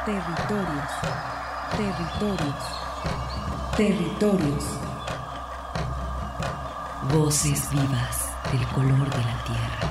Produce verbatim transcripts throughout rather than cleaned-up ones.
Territorios, territorios, territorios. Voces vivas del color de la tierra.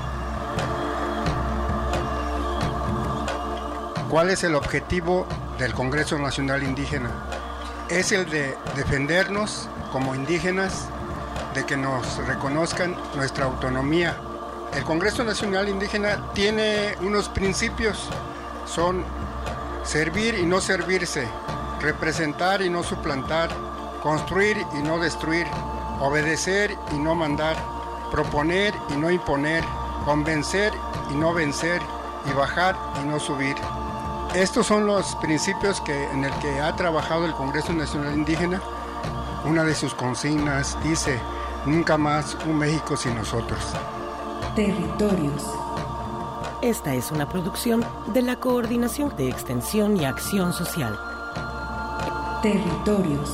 ¿Cuál es el objetivo del Congreso Nacional Indígena? Es el de defendernos como indígenas, de que nos reconozcan nuestra autonomía. El Congreso Nacional Indígena tiene unos principios, son servir y no servirse, representar y no suplantar, construir y no destruir, obedecer y no mandar, proponer y no imponer, convencer y no vencer, y bajar y no subir. Estos son los principios que, en el que ha trabajado el Congreso Nacional Indígena. Una de sus consignas dice: nunca más un México sin nosotros. Territorios. Esta es una producción de la Coordinación de Extensión y Acción Social. Territorios.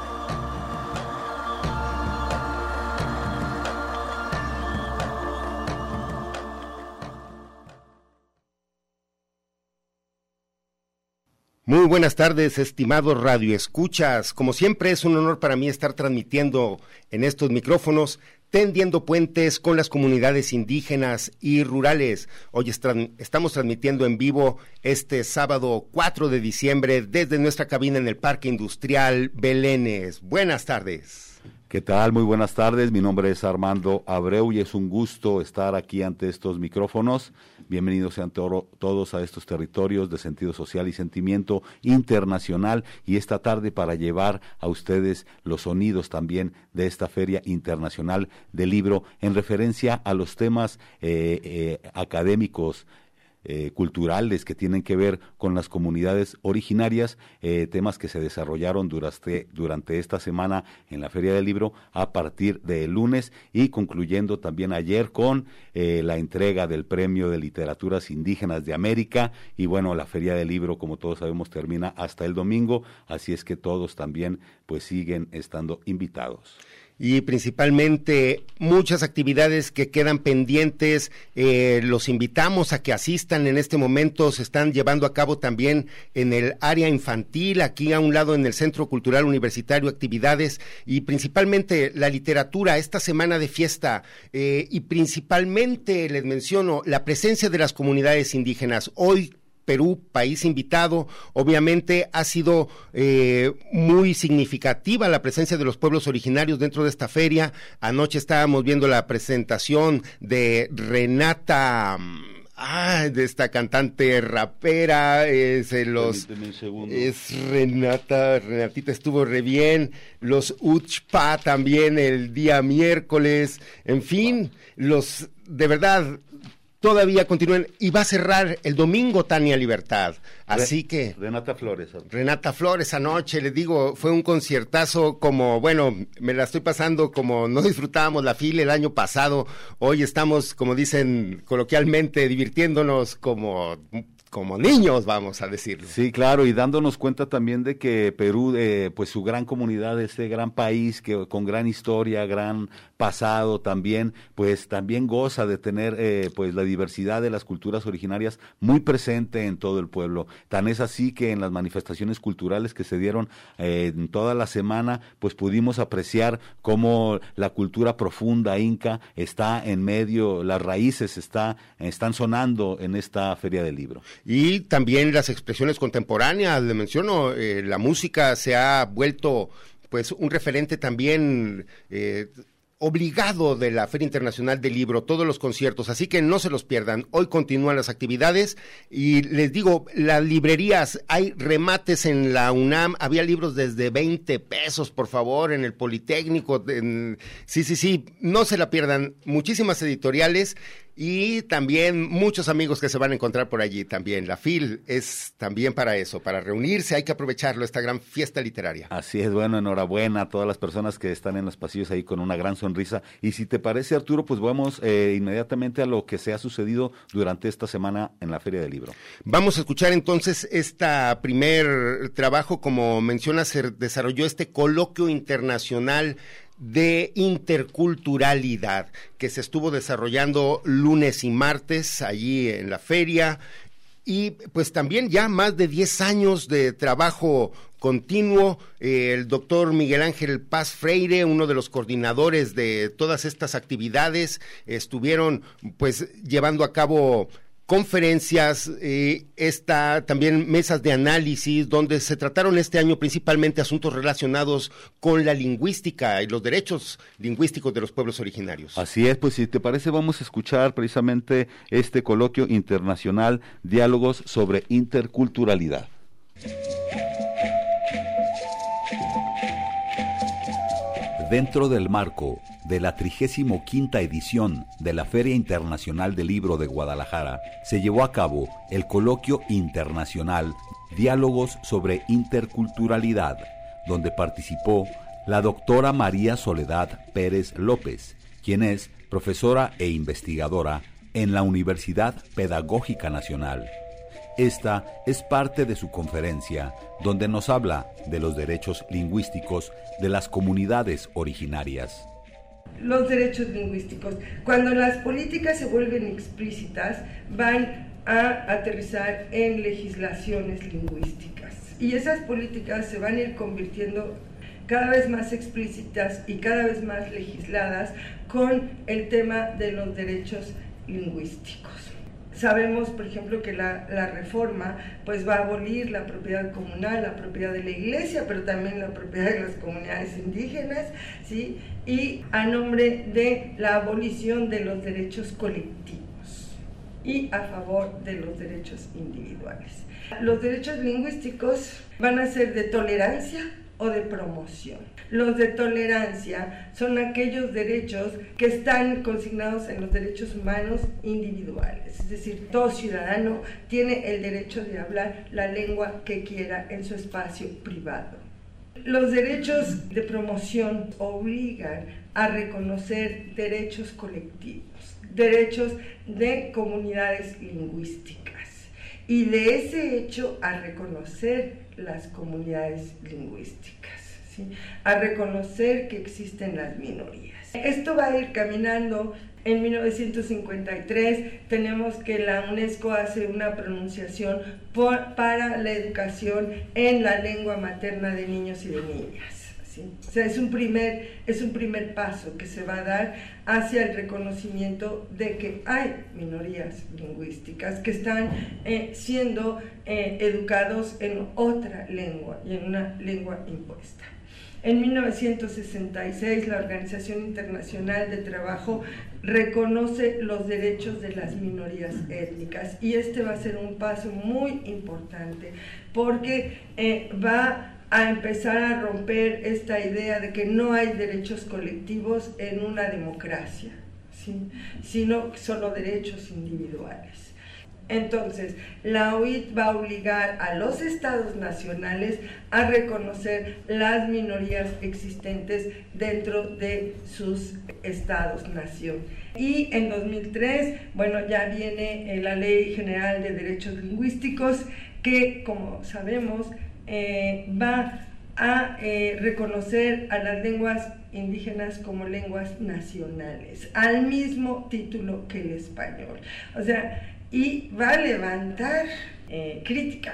Muy buenas tardes, estimados radioescuchas. Como siempre, es un honor para mí estar transmitiendo en estos micrófonos, tendiendo puentes con las comunidades indígenas y rurales. Hoy estran, estamos transmitiendo en vivo este sábado cuatro de diciembre desde nuestra cabina en el Parque Industrial Belénes. Buenas tardes. ¿Qué tal? Muy buenas tardes, mi nombre es Armando Abreu y es un gusto estar aquí ante estos micrófonos. Bienvenidos sean to- todos a estos territorios de sentido social y sentimiento internacional, y esta tarde para llevar a ustedes los sonidos también de esta Feria Internacional del Libro en referencia a los temas eh, eh, académicos, Eh, culturales que tienen que ver con las comunidades originarias, eh, temas que se desarrollaron durante, durante esta semana en la Feria del Libro a partir del lunes y concluyendo también ayer con eh, la entrega del Premio de Literaturas Indígenas de América. Y bueno, la Feria del Libro, como todos sabemos, termina hasta el domingo, así es que todos también pues siguen estando invitados. Y principalmente muchas actividades que quedan pendientes, eh, los invitamos a que asistan. En este momento se están llevando a cabo también en el área infantil, aquí a un lado en el Centro Cultural Universitario, actividades y principalmente la literatura, esta semana de fiesta, eh, y principalmente les menciono la presencia de las comunidades indígenas. Hoy Perú, país invitado, obviamente ha sido eh, muy significativa la presencia de los pueblos originarios dentro de esta feria. Anoche estábamos viendo la presentación de Renata, ah, de esta cantante rapera, es eh, los, es Renata, Renatita estuvo re bien, los Uchpa también el día miércoles, en fin, los, de verdad, todavía continúan, y va a cerrar el domingo Tania Libertad, así que... Renata Flores. Renata Flores anoche, les digo, fue un conciertazo como, bueno, me la estoy pasando como no disfrutábamos la fila el año pasado, hoy estamos, como dicen coloquialmente, divirtiéndonos como... como niños, vamos a decirlo. Sí, claro, y dándonos cuenta también de que Perú, eh, pues su gran comunidad, este gran país que con gran historia, gran pasado también, pues también goza de tener eh, pues la diversidad de las culturas originarias muy presente en todo el pueblo. Tan es así que en las manifestaciones culturales que se dieron eh, en toda la semana, pues pudimos apreciar cómo la cultura profunda inca está en medio, las raíces está, están sonando en esta Feria del Libro. Y también las expresiones contemporáneas, le menciono, eh, la música se ha vuelto pues un referente también eh, obligado de la Feria Internacional del Libro, todos los conciertos, así que no se los pierdan. Hoy continúan las actividades y les digo, las librerías, hay remates en la UNAM, había libros desde veinte pesos, por favor, en el Politécnico, en, sí, sí, sí, no se la pierdan, muchísimas editoriales y también muchos amigos que se van a encontrar por allí también. La F I L es también para eso, para reunirse, hay que aprovecharlo, esta gran fiesta literaria. Así es, bueno, enhorabuena a todas las personas que están en los pasillos ahí con una gran sonrisa. Y si te parece, Arturo, pues vamos eh, inmediatamente a lo que se ha sucedido durante esta semana en la Feria del Libro. Vamos a escuchar entonces este primer trabajo, como mencionas, se desarrolló este coloquio internacional de interculturalidad que se estuvo desarrollando lunes y martes allí en la feria. y pues también ya más de diez años de trabajo continuo. Eh, el doctor Miguel Ángel Paz Freire, uno de los coordinadores de todas estas actividades, estuvieron pues llevando a cabo conferencias, eh, esta, también mesas de análisis, donde se trataron este año principalmente asuntos relacionados con la lingüística y los derechos lingüísticos de los pueblos originarios. Así es, pues si te parece vamos a escuchar precisamente este coloquio internacional, Diálogos sobre Interculturalidad. Dentro del marco de la trigésimo quinta edición de la Feria Internacional del Libro de Guadalajara, se llevó a cabo el coloquio internacional Diálogos sobre Interculturalidad, donde participó la doctora María Soledad Pérez López, quien es profesora e investigadora en la Universidad Pedagógica Nacional. Esta es parte de su conferencia, donde nos habla de los derechos lingüísticos de las comunidades originarias. Los derechos lingüísticos, cuando las políticas se vuelven explícitas, van a aterrizar en legislaciones lingüísticas. Y esas políticas se van a ir convirtiendo cada vez más explícitas y cada vez más legisladas con el tema de los derechos lingüísticos. Sabemos, por ejemplo, que la, la reforma pues va a abolir la propiedad comunal, la propiedad de la iglesia, pero también la propiedad de las comunidades indígenas, ¿sí? Y a nombre de la abolición de los derechos colectivos y a favor de los derechos individuales. Los derechos lingüísticos van a ser de tolerancia o de promoción. Los de tolerancia son aquellos derechos que están consignados en los derechos humanos individuales, es decir, todo ciudadano tiene el derecho de hablar la lengua que quiera en su espacio privado. Los derechos de promoción obligan a reconocer derechos colectivos, derechos de comunidades lingüísticas, y de ese hecho a reconocer las comunidades lingüísticas, ¿sí? A reconocer que existen las minorías. Esto va a ir caminando. En mil novecientos cincuenta y tres tenemos que la UNESCO hace una pronunciación por, para la educación en la lengua materna de niños y de niñas. ¿Sí? O sea, es un, primer, es un primer paso que se va a dar hacia el reconocimiento de que hay minorías lingüísticas que están eh, siendo eh, educados en otra lengua y en una lengua impuesta. En mil novecientos sesenta y seis la Organización Internacional de Trabajo reconoce los derechos de las minorías étnicas, y este va a ser un paso muy importante porque eh, va a empezar a romper esta idea de que no hay derechos colectivos en una democracia, ¿sí? Sino solo derechos individuales. Entonces, la O I T va a obligar a los estados nacionales a reconocer las minorías existentes dentro de sus estados-nación. Y en dos mil tres, bueno, ya viene eh, la Ley General de Derechos Lingüísticos, que, como sabemos, eh, va a eh, reconocer a las lenguas indígenas como lenguas nacionales, al mismo título que el español. O sea, y va a levantar eh, críticas,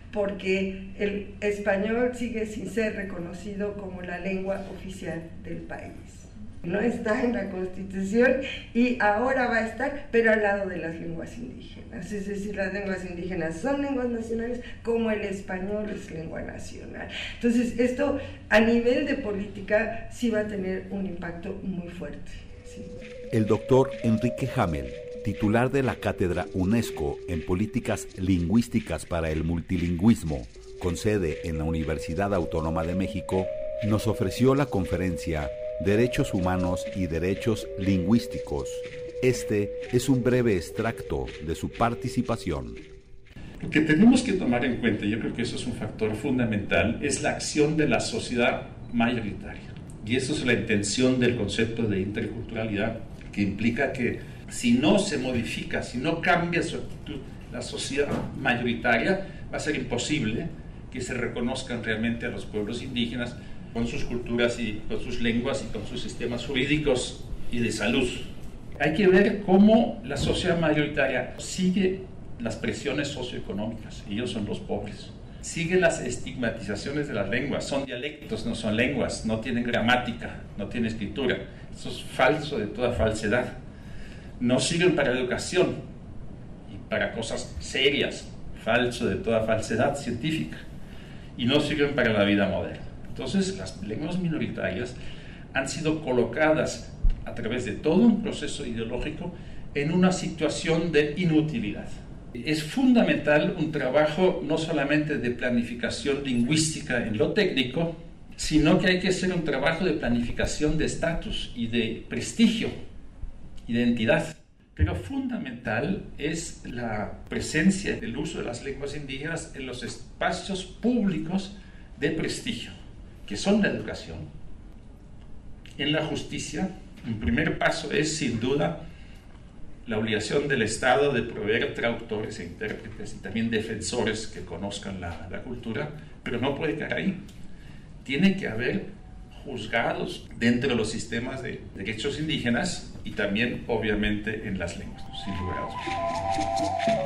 porque el español sigue sin ser reconocido como la lengua oficial del país. No está en la Constitución y ahora va a estar, pero al lado de las lenguas indígenas. Es decir, las lenguas indígenas son lenguas nacionales como el español es lengua nacional. Entonces, esto a nivel de política sí va a tener un impacto muy fuerte. ¿Sí? El doctor Enrique Hamel, titular de la Cátedra UNESCO en Políticas Lingüísticas para el Multilingüismo, con sede en la Universidad Autónoma de México, nos ofreció la conferencia Derechos Humanos y Derechos Lingüísticos. Este es un breve extracto de su participación. Lo que tenemos que tomar en cuenta, yo creo que eso es un factor fundamental, es la acción de la sociedad mayoritaria. Y eso es la intención del concepto de interculturalidad, que implica que si no se modifica, si no cambia su actitud la sociedad mayoritaria, va a ser imposible que se reconozcan realmente a los pueblos indígenas con sus culturas y con sus lenguas y con sus sistemas jurídicos y de salud. Hay que ver cómo la sociedad mayoritaria sigue las presiones socioeconómicas, ellos son los pobres. Siguen las estigmatizaciones de las lenguas, son dialectos, no son lenguas, no tienen gramática, no tienen escritura. Eso es falso de toda falsedad. No sirven para educación y para cosas serias, falso de toda falsedad científica, y no sirven para la vida moderna. Entonces, las lenguas minoritarias han sido colocadas a través de todo un proceso ideológico en una situación de inutilidad. Es fundamental un trabajo no solamente de planificación lingüística en lo técnico, sino que hay que hacer un trabajo de planificación de estatus y de prestigio, identidad. Pero fundamental es la presencia del uso de las lenguas indígenas en los espacios públicos de prestigio, que son la educación. En la justicia, un primer paso es sin duda la obligación del Estado de proveer traductores e intérpretes y también defensores que conozcan la, la cultura, pero no puede quedar ahí. Tiene que haber juzgados dentro de los sistemas de derechos indígenas y también, obviamente, en las lenguas, sin lugar a dudas.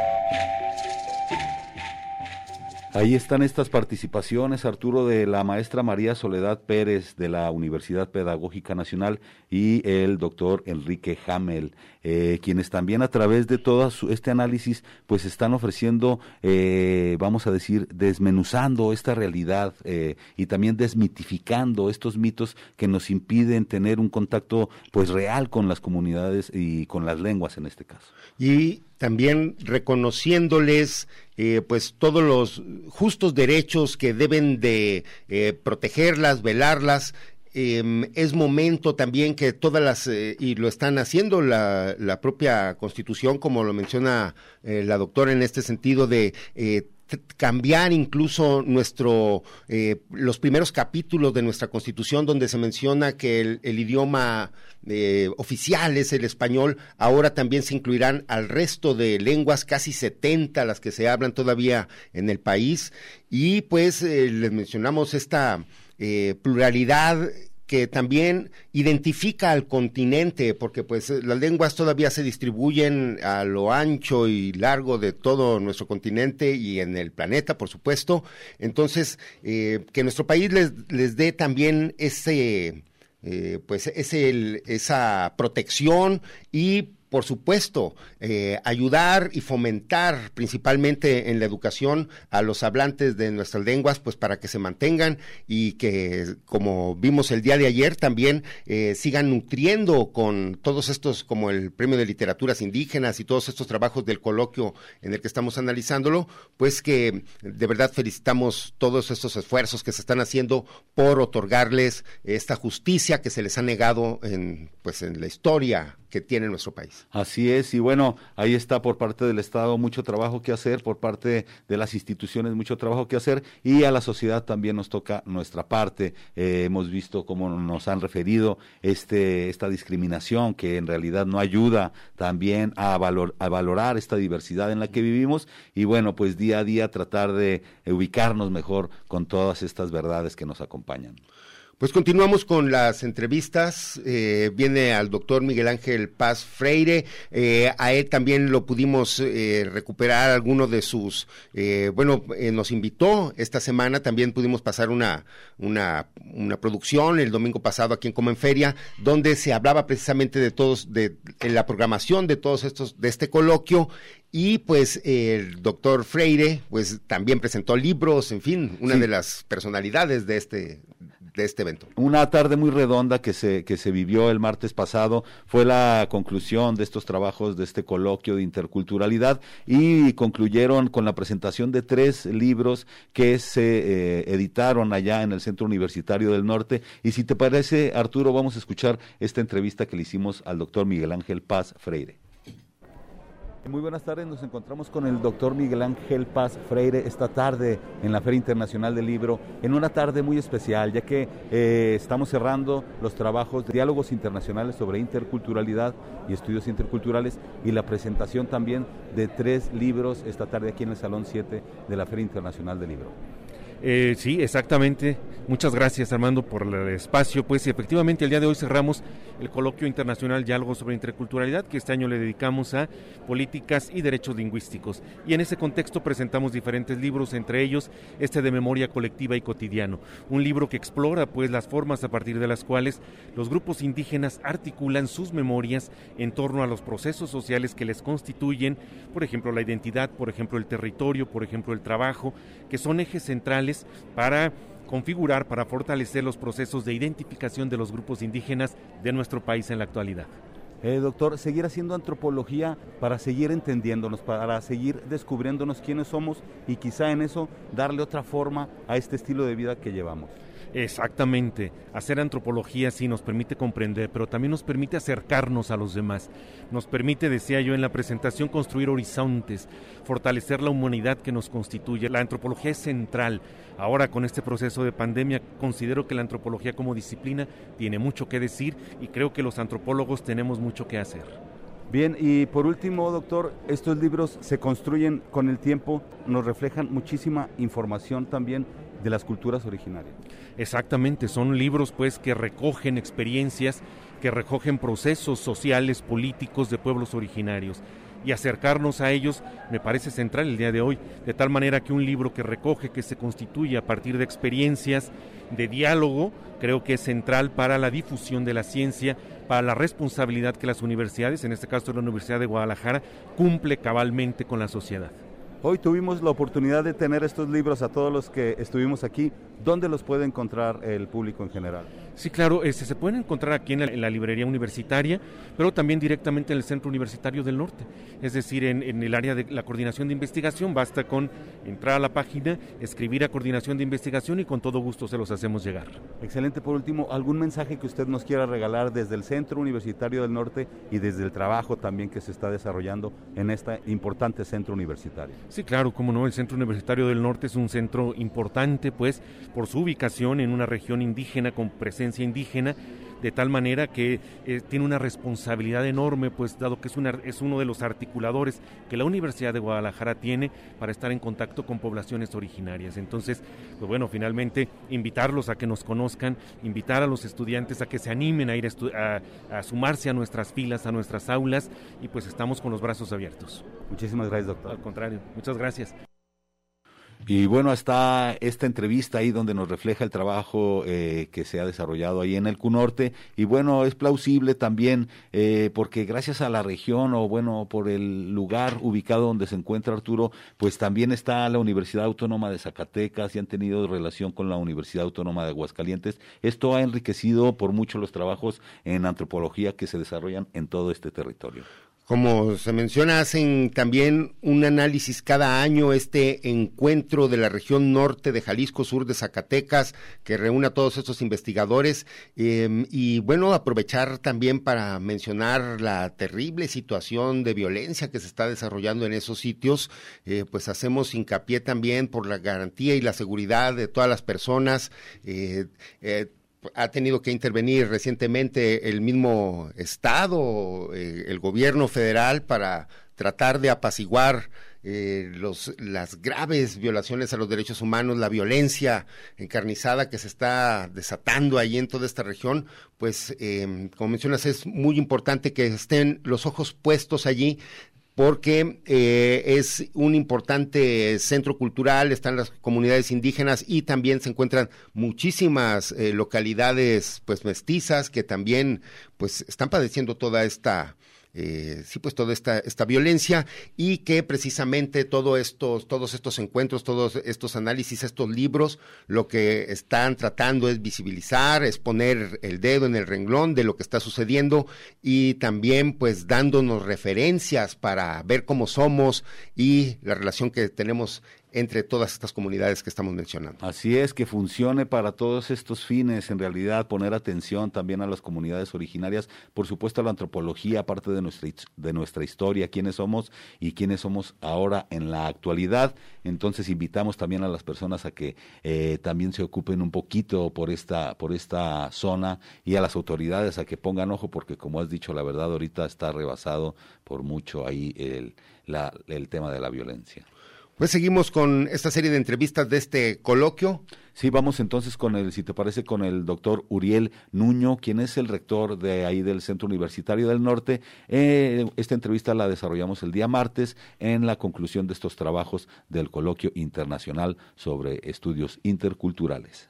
Ahí están estas participaciones, Arturo, de la maestra María Soledad Pérez de la Universidad Pedagógica Nacional y el doctor Enrique Hamel, eh, quienes también a través de todo su, este análisis pues están ofreciendo, eh, vamos a decir, desmenuzando esta realidad eh, y también desmitificando estos mitos que nos impiden tener un contacto pues real con las comunidades y con las lenguas en este caso. Y también reconociéndoles eh, pues todos los justos derechos que deben de eh, protegerlas, velarlas. Eh, es momento también que todas las, eh, y lo están haciendo la, la propia Constitución, como lo menciona eh, la doctora en este sentido de eh, cambiar incluso nuestro eh, los primeros capítulos de nuestra Constitución donde se menciona que el, el idioma eh, oficial es el español. Ahora también se incluirán al resto de lenguas, casi setenta las que se hablan todavía en el país, y pues eh, les mencionamos esta eh, pluralidad que también identifica al continente, porque pues las lenguas todavía se distribuyen a lo ancho y largo de todo nuestro continente y en el planeta, por supuesto. Entonces, eh, que nuestro país les, les dé también ese, eh, pues ese, esa protección y, por supuesto, eh, ayudar y fomentar principalmente en la educación a los hablantes de nuestras lenguas, pues para que se mantengan y que, como vimos el día de ayer, también eh, sigan nutriendo con todos estos, como el Premio de Literaturas Indígenas y todos estos trabajos del coloquio en el que estamos analizándolo, pues que de verdad felicitamos todos estos esfuerzos que se están haciendo por otorgarles esta justicia que se les ha negado en, pues, en la historia que tiene nuestro país. Así es, y bueno, ahí está por parte del Estado mucho trabajo que hacer, por parte de las instituciones mucho trabajo que hacer, y a la sociedad también nos toca nuestra parte. Eh, hemos visto cómo nos han referido este esta discriminación que en realidad no ayuda también a, valor, a valorar esta diversidad en la que vivimos, y bueno, pues día a día tratar de ubicarnos mejor con todas estas verdades que nos acompañan. Pues continuamos con las entrevistas. Eh, viene al doctor Miguel Ángel Paz Freire. Eh, a él también lo pudimos eh, recuperar alguno de sus, eh, bueno, eh, nos invitó esta semana, también pudimos pasar una, una, una producción el domingo pasado aquí en Como en Feria, donde se hablaba precisamente de todos, de, de la programación de todos estos, de este coloquio. Y pues eh, el doctor Freire pues también presentó libros, en fin, una sí. de las personalidades de este de este evento. Una tarde muy redonda que se que se vivió el martes pasado, fue la conclusión de estos trabajos de este coloquio de interculturalidad, y concluyeron con la presentación de tres libros que se eh, editaron allá en el Centro Universitario del Norte. Y si te parece, Arturo, vamos a escuchar esta entrevista que le hicimos al doctor Miguel Ángel Paz Freire. Muy buenas tardes, nos encontramos con el doctor Miguel Ángel Paz Freire esta tarde en la Feria Internacional del Libro, en una tarde muy especial, ya que eh, estamos cerrando los trabajos de diálogos internacionales sobre interculturalidad y estudios interculturales, y la presentación también de tres libros esta tarde aquí en el Salón siete de la Feria Internacional del Libro. Eh, sí, exactamente. Muchas gracias, Armando, por el espacio. Pues efectivamente el día de hoy cerramos el coloquio internacional Diálogo sobre Interculturalidad, que este año le dedicamos a políticas y derechos lingüísticos. Y en ese contexto presentamos diferentes libros, entre ellos este de Memoria Colectiva y Cotidiano, un libro que explora pues las formas a partir de las cuales los grupos indígenas articulan sus memorias en torno a los procesos sociales que les constituyen, por ejemplo la identidad, por ejemplo el territorio, por ejemplo el trabajo, que son ejes centrales para configurar, para fortalecer los procesos de identificación de los grupos indígenas de nuestro país en la actualidad. Eh, doctor, seguir haciendo antropología para seguir entendiéndonos, para seguir descubriéndonos quiénes somos y quizá en eso darle otra forma a este estilo de vida que llevamos. Exactamente, hacer antropología sí nos permite comprender, pero también nos permite acercarnos a los demás, nos permite, decía yo en la presentación, construir horizontes, fortalecer la humanidad que nos constituye. La antropología es central. Ahora con este proceso de pandemia considero que la antropología como disciplina tiene mucho que decir y creo que los antropólogos tenemos mucho que hacer. Bien, y por último, doctor, estos libros se construyen con el tiempo, nos reflejan muchísima información también de las culturas originarias. Exactamente, son libros pues que recogen experiencias, que recogen procesos sociales, políticos de pueblos originarios. Y acercarnos a ellos me parece central el día de hoy, de tal manera que un libro que recoge, que se constituye a partir de experiencias de diálogo, creo que es central para la difusión de la ciencia, para la responsabilidad que las universidades, en este caso la Universidad de Guadalajara, cumple cabalmente con la sociedad. Hoy tuvimos la oportunidad de tener estos libros a todos los que estuvimos aquí. ¿Dónde los puede encontrar el público en general? Sí, claro, este, se pueden encontrar aquí en la, en la librería universitaria, pero también directamente en el Centro Universitario del Norte, es decir, en, en el área de la coordinación de investigación. Basta con entrar a la página, escribir a coordinación de investigación y con todo gusto se los hacemos llegar. Excelente. Por último, ¿algún mensaje que usted nos quiera regalar desde el Centro Universitario del Norte y desde el trabajo también que se está desarrollando en este importante centro universitario? Sí, claro, cómo no, el Centro Universitario del Norte es un centro importante, pues, por su ubicación en una región indígena con presencia indígena, de tal manera que eh, tiene una responsabilidad enorme, pues dado que es, una, es uno de los articuladores que la Universidad de Guadalajara tiene para estar en contacto con poblaciones originarias. Entonces, pues bueno, finalmente invitarlos a que nos conozcan, invitar a los estudiantes a que se animen a ir a, estu- a, a sumarse a nuestras filas, a nuestras aulas, y pues estamos con los brazos abiertos. Muchísimas gracias, doctor. Al contrario, muchas gracias. Y bueno, está esta entrevista ahí donde nos refleja el trabajo eh, que se ha desarrollado ahí en el Cunorte, y bueno, es plausible también eh, porque gracias a la región o bueno, por el lugar ubicado donde se encuentra Arturo, pues también está la Universidad Autónoma de Zacatecas y han tenido relación con la Universidad Autónoma de Aguascalientes. Esto ha enriquecido por mucho los trabajos en antropología que se desarrollan en todo este territorio. Como se menciona, hacen también un análisis cada año, este encuentro de la región norte de Jalisco, sur de Zacatecas, que reúne a todos estos investigadores, eh, y bueno, aprovechar también para mencionar la terrible situación de violencia que se está desarrollando en esos sitios. Eh, pues hacemos hincapié también por la garantía y la seguridad de todas las personas. eh, eh, Ha tenido que intervenir recientemente el mismo Estado, eh, el gobierno federal, para tratar de apaciguar eh, los, las graves violaciones a los derechos humanos, la violencia encarnizada que se está desatando ahí en toda esta región. Pues, eh, como mencionas, es muy importante que estén los ojos puestos allí, porque eh, es un importante centro cultural, están las comunidades indígenas y también se encuentran muchísimas eh, localidades pues mestizas que también pues están padeciendo toda esta Eh, sí, pues toda esta esta violencia, y que precisamente todo estos, todos estos encuentros, todos estos análisis, estos libros, lo que están tratando es visibilizar, es poner el dedo en el renglón de lo que está sucediendo, y también pues dándonos referencias para ver cómo somos y la relación que tenemos entre todas estas comunidades que estamos mencionando. Así es, que funcione para todos estos fines, en realidad poner atención también a las comunidades originarias, por supuesto a la antropología, aparte de nuestra, de nuestra historia, quiénes somos y quiénes somos ahora en la actualidad. Entonces invitamos también a las personas a que eh, también se ocupen un poquito por esta, por esta zona, y a las autoridades a que pongan ojo, porque como has dicho, la verdad ahorita está rebasado por mucho ahí el, la, el tema de la violencia. Pues seguimos con esta serie de entrevistas de este coloquio. Sí, vamos entonces con el, si te parece, con el doctor Uriel Nuño, quien es el rector de ahí del Centro Universitario del Norte. Eh, esta entrevista la desarrollamos el día martes en la conclusión de estos trabajos del Coloquio Internacional sobre Estudios Interculturales.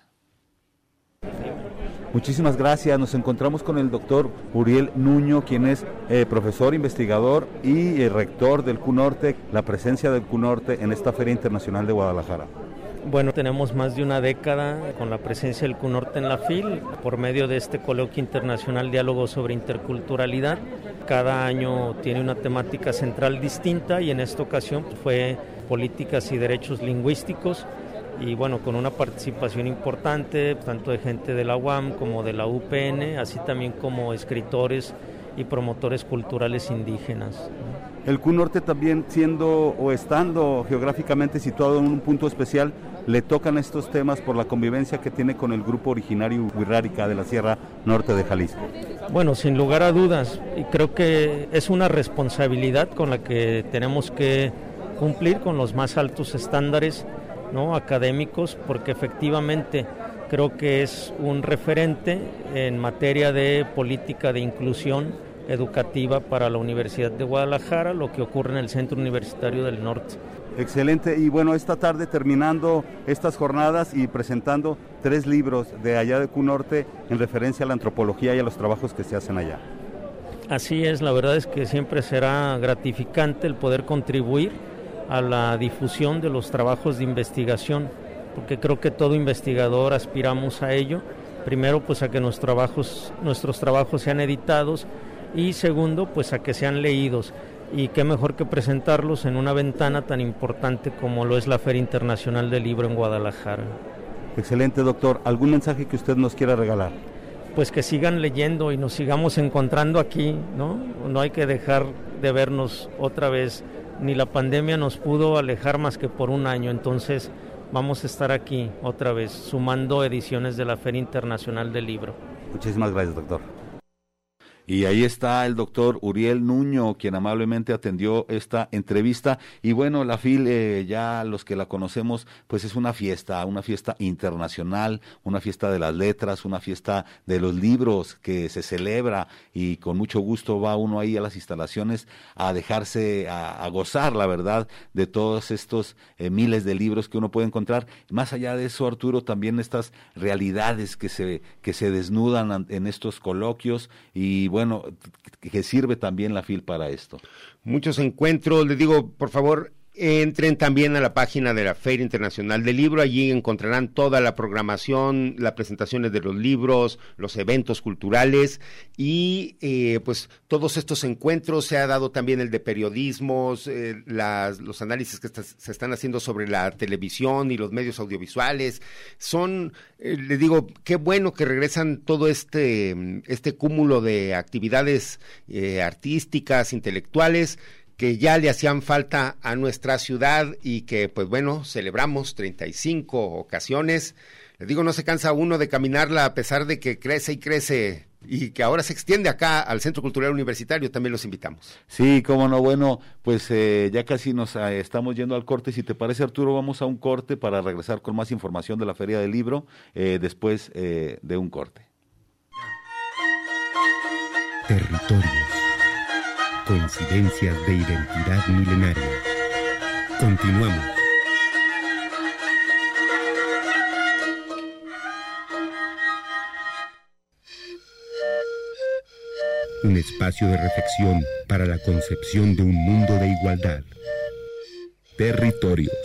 Muchísimas gracias. Nos encontramos con el doctor Uriel Nuño, quien es eh, profesor, investigador y eh, rector del C U Norte, la presencia del C U Norte en esta Feria Internacional de Guadalajara. Bueno, tenemos más de una década con la presencia del C U Norte en la F I L por medio de este Coloquio Internacional Diálogo sobre Interculturalidad. Cada año tiene una temática central distinta y en esta ocasión fue políticas y derechos lingüísticos. Y bueno, con una participación importante, tanto de gente de la U A M como de la U P N, así también como escritores y promotores culturales indígenas. El C U Norte también, siendo o estando geográficamente situado en un punto especial, le tocan estos temas por la convivencia que tiene con el grupo originario Wixárika de la Sierra Norte de Jalisco. Bueno, sin lugar a dudas, y creo que es una responsabilidad con la que tenemos que cumplir con los más altos estándares, ¿no?, académicos, porque efectivamente creo que es un referente en materia de política de inclusión educativa para la Universidad de Guadalajara, lo que ocurre en el Centro Universitario del Norte. Excelente, y bueno, esta tarde terminando estas jornadas y presentando tres libros de allá de C U Norte en referencia a la antropología y a los trabajos que se hacen allá. Así es, la verdad es que siempre será gratificante el poder contribuir a la difusión de los trabajos de investigación, porque creo que todo investigador aspiramos a ello. Primero, pues a que nuestros trabajos, nuestros trabajos sean editados, y segundo, pues a que sean leídos, y qué mejor que presentarlos en una ventana tan importante como lo es la Feria Internacional del Libro en Guadalajara. Excelente, doctor. ¿Algún mensaje que usted nos quiera regalar? Pues que sigan leyendo y nos sigamos encontrando aquí, ¿no? No hay que dejar de vernos otra vez, ni la pandemia nos pudo alejar más que por un año, entonces vamos a estar aquí otra vez, sumando ediciones de la Feria Internacional del Libro. Muchísimas gracias, doctor. Y ahí está el doctor Uriel Nuño, quien amablemente atendió esta entrevista. Y bueno, la F I L, eh, ya los que la conocemos, pues es una fiesta, una fiesta internacional, una fiesta de las letras, una fiesta de los libros que se celebra, y con mucho gusto va uno ahí a las instalaciones a dejarse, a, a gozar, la verdad, de todos estos eh, miles de libros que uno puede encontrar. Más allá de eso, Arturo, también estas realidades que se, que se desnudan en estos coloquios, y bueno, que sirve también la F I L para esto. Muchos encuentros, les digo, por favor, entren también a la página de la Feria Internacional del Libro, allí encontrarán toda la programación, las presentaciones de los libros, los eventos culturales, y eh, pues todos estos encuentros. Se ha dado también el de periodismos, eh, las, los análisis que está, se están haciendo sobre la televisión y los medios audiovisuales. Son, eh, les digo, qué bueno que regresan todo este, este cúmulo de actividades eh, artísticas, intelectuales, que ya le hacían falta a nuestra ciudad, y que, pues bueno, celebramos treinta y cinco ocasiones. Les digo, no se cansa uno de caminarla, a pesar de que crece y crece, y que ahora se extiende acá al Centro Cultural Universitario. También los invitamos. Sí, cómo no. Bueno, pues eh, ya casi nos eh, estamos yendo al corte. Si te parece, Arturo, vamos a un corte para regresar con más información de la Feria del Libro, eh, después eh, de un corte. Territorios. Coincidencias de identidad milenaria. Continuamos. Un espacio de reflexión para la concepción de un mundo de igualdad. Territorios.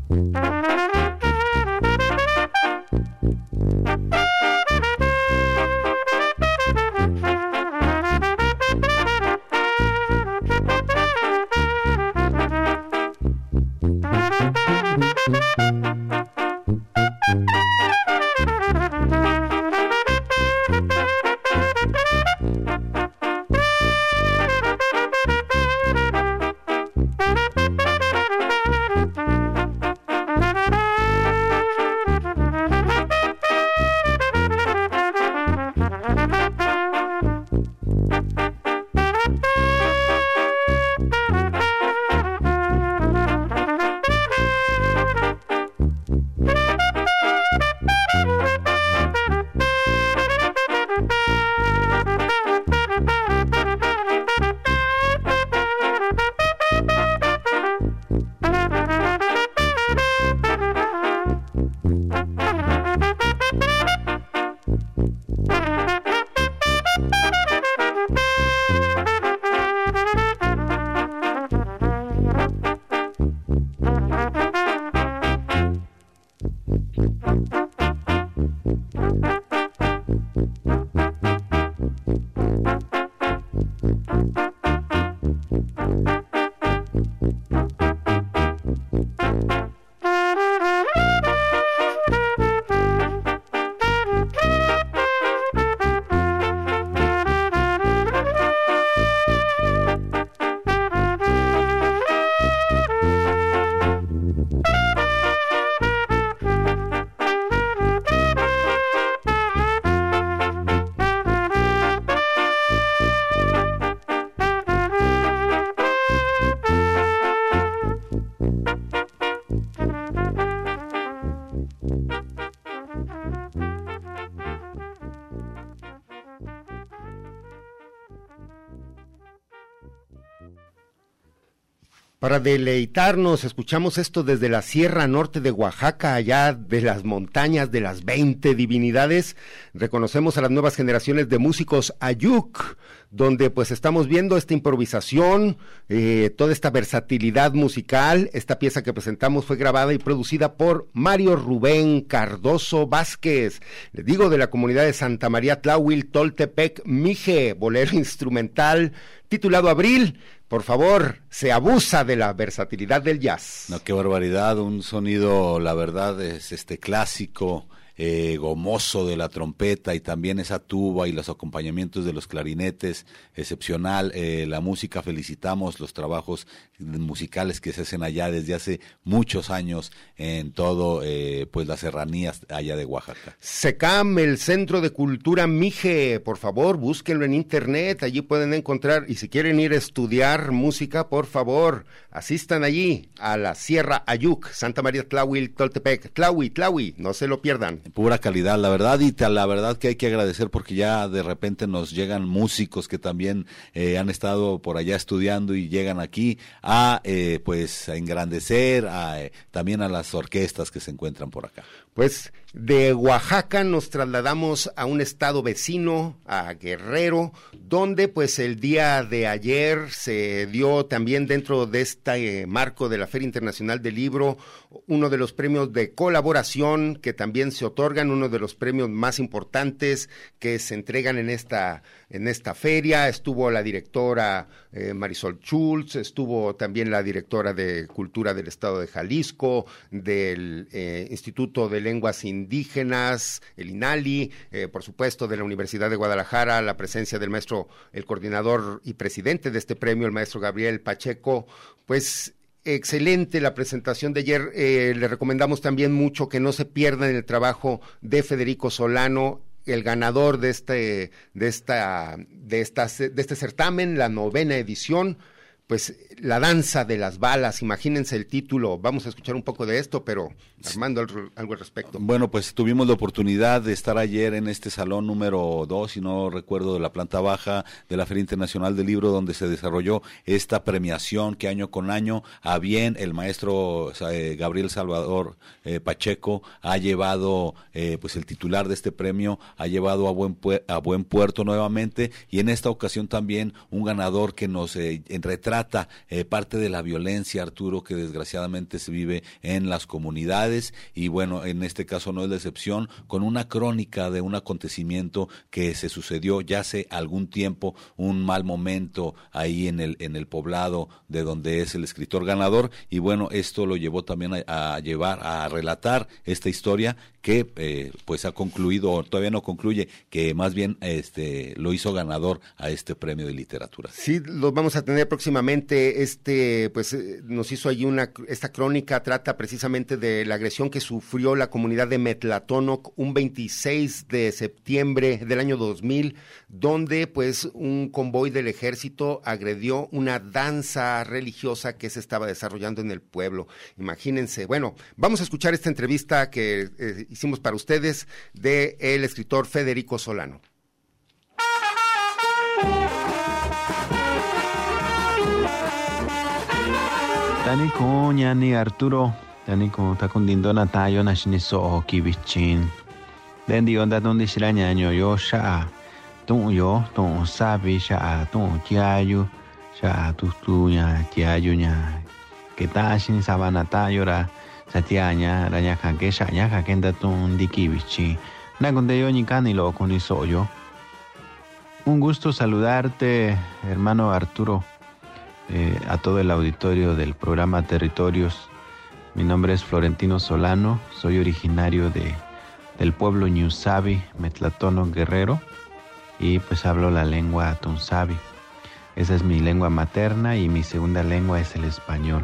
Para deleitarnos, escuchamos esto desde la Sierra Norte de Oaxaca, allá de las montañas de las veinte divinidades. Reconocemos a las nuevas generaciones de músicos Ayuk, donde pues estamos viendo esta improvisación, eh, toda esta versatilidad musical. Esta pieza que presentamos fue grabada y producida por Mario Rubén Cardoso Vázquez, les digo, de la comunidad de Santa María Tláhuil, Toltepec, Mije, bolero instrumental titulado Abril. Por favor, se abusa de la versatilidad del jazz. No, qué barbaridad, un sonido, la verdad, es este clásico, eh, gomoso de la trompeta y también esa tuba y los acompañamientos de los clarinetes, excepcional. Eh, la música, felicitamos los trabajos musicales que se hacen allá desde hace muchos años en todo, eh, pues las serranías allá de Oaxaca. SECAM, el Centro de Cultura Mije, por favor, búsquenlo en internet, allí pueden encontrar, y si quieren ir a estudiar música, por favor, asistan allí a la Sierra Ayuk, Santa María Tláhuil, Toltepec, Tláhuil, Tláhuil, no se lo pierdan. Pura calidad, la verdad, y te, la verdad que hay que agradecer porque ya de repente nos llegan músicos que también eh, han estado por allá estudiando y llegan aquí a eh, pues a engrandecer, a, eh, también a las orquestas que se encuentran por acá. Pues de Oaxaca nos trasladamos a un estado vecino, a Guerrero, donde pues el día de ayer se dio también dentro de este eh, marco de la Feria Internacional del Libro uno de los premios de colaboración que también se otorgan, uno de los premios más importantes que se entregan en esta en esta feria. Estuvo la directora eh, Marisol Schultz, estuvo también la directora de Cultura del Estado de Jalisco, del eh, Instituto de Lenguas Indígenas, el INALI, eh, por supuesto de la Universidad de Guadalajara, la presencia del maestro, el coordinador y presidente de este premio, el maestro Gabriel Pacheco. Pues excelente la presentación de ayer. Eh, le recomendamos también mucho que no se pierdan el trabajo de Federico Solano, el ganador de este de esta de esta de este certamen, la novena edición. Pues la danza de las balas, imagínense el título. Vamos a escuchar un poco de esto, pero Armando, algo, algo al respecto. Bueno, pues tuvimos la oportunidad de estar ayer en este salón número dos, si no recuerdo, de la planta baja de la Feria Internacional del Libro, donde se desarrolló esta premiación que año con año, a bien el maestro eh, Gabriel Salvador eh, Pacheco ha llevado, eh, pues el titular de este premio, ha llevado a buen, pu- a buen puerto nuevamente, y en esta ocasión también un ganador que nos eh, retrata retrata eh, parte de la violencia, Arturo, que desgraciadamente se vive en las comunidades, y bueno, en este caso no es la excepción, con una crónica de un acontecimiento que se sucedió ya hace algún tiempo, un mal momento ahí en el en el poblado de donde es el escritor ganador, y bueno, esto lo llevó también a, a llevar a relatar esta historia que eh, pues ha concluido, o todavía no concluye, que más bien este lo hizo ganador a este premio de literatura. Sí, lo vamos a tener próximamente. Este pues eh, nos hizo allí una esta crónica, trata precisamente de la agresión que sufrió la comunidad de Metlatónoc un veintiséis de septiembre del año dos mil, donde pues un convoy del ejército agredió una danza religiosa que se estaba desarrollando en el pueblo. Imagínense. Bueno, vamos a escuchar esta entrevista que eh, hicimos para ustedes de el escritor Federico Solano. Tani ko nyani Arturo, tani ko takundindo na tayo na siniso kibichin. Dendi onda donde shirañaño yo sha tu yo tu sabi sha tu tiayu sha tu tuña tiayu nya que ta shin sabana tayo ra satiaña raña que sha nya ka kenda tun dikibichi. Na konde yo ni kani lo con yo. Un gusto saludarte, hermano Arturo. Eh, a todo el auditorio del programa Territorios. Mi nombre es Florentino Solano, soy originario de, del pueblo Ñusabi, Metlatónoc, Guerrero, y pues hablo la lengua Tunsabi. Esa es mi lengua materna y mi segunda lengua es el español.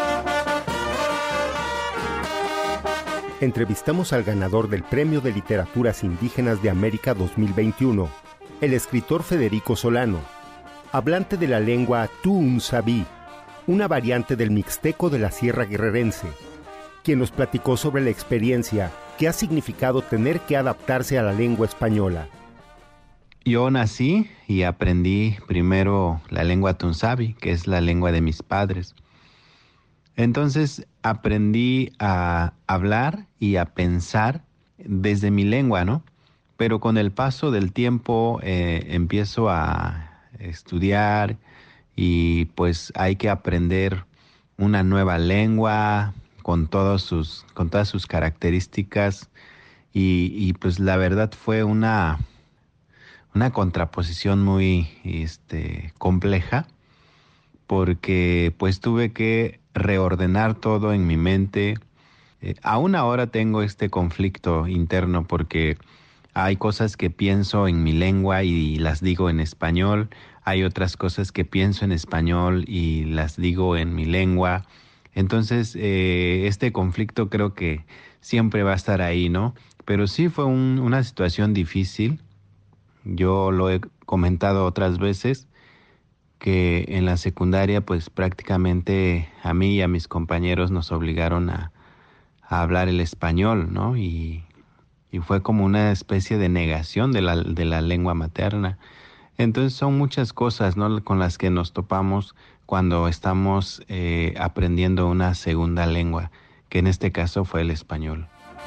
Entrevistamos al ganador del Premio de Literaturas Indígenas de América dos mil veintiuno, el escritor Federico Solano, hablante de la lengua Tunsabi, una variante del mixteco de la Sierra Guerrerense, quien nos platicó sobre la experiencia que ha significado tener que adaptarse a la lengua española. Yo nací y aprendí primero la lengua Tunsabi, que es la lengua de mis padres. Entonces aprendí a hablar y a pensar desde mi lengua, ¿no? Pero con el paso del tiempo eh, empiezo a estudiar y pues hay que aprender una nueva lengua con todos sus con todas sus características y, y pues la verdad fue una una contraposición muy este compleja porque pues tuve que reordenar todo en mi mente. Eh, aún ahora tengo este conflicto interno porque hay cosas que pienso en mi lengua y las digo en español. Hay otras cosas que pienso en español y las digo en mi lengua. Entonces, eh, este conflicto creo que siempre va a estar ahí, ¿no? Pero sí fue un, una situación difícil. Yo lo he comentado otras veces, que en la secundaria, pues prácticamente a mí y a mis compañeros nos obligaron a, a hablar el español, ¿no? Y, y fue como una especie de negación de la, de la lengua materna. Entonces son muchas cosas, ¿no?, con las que nos topamos cuando estamos eh, aprendiendo una segunda lengua, que en este caso fue el español.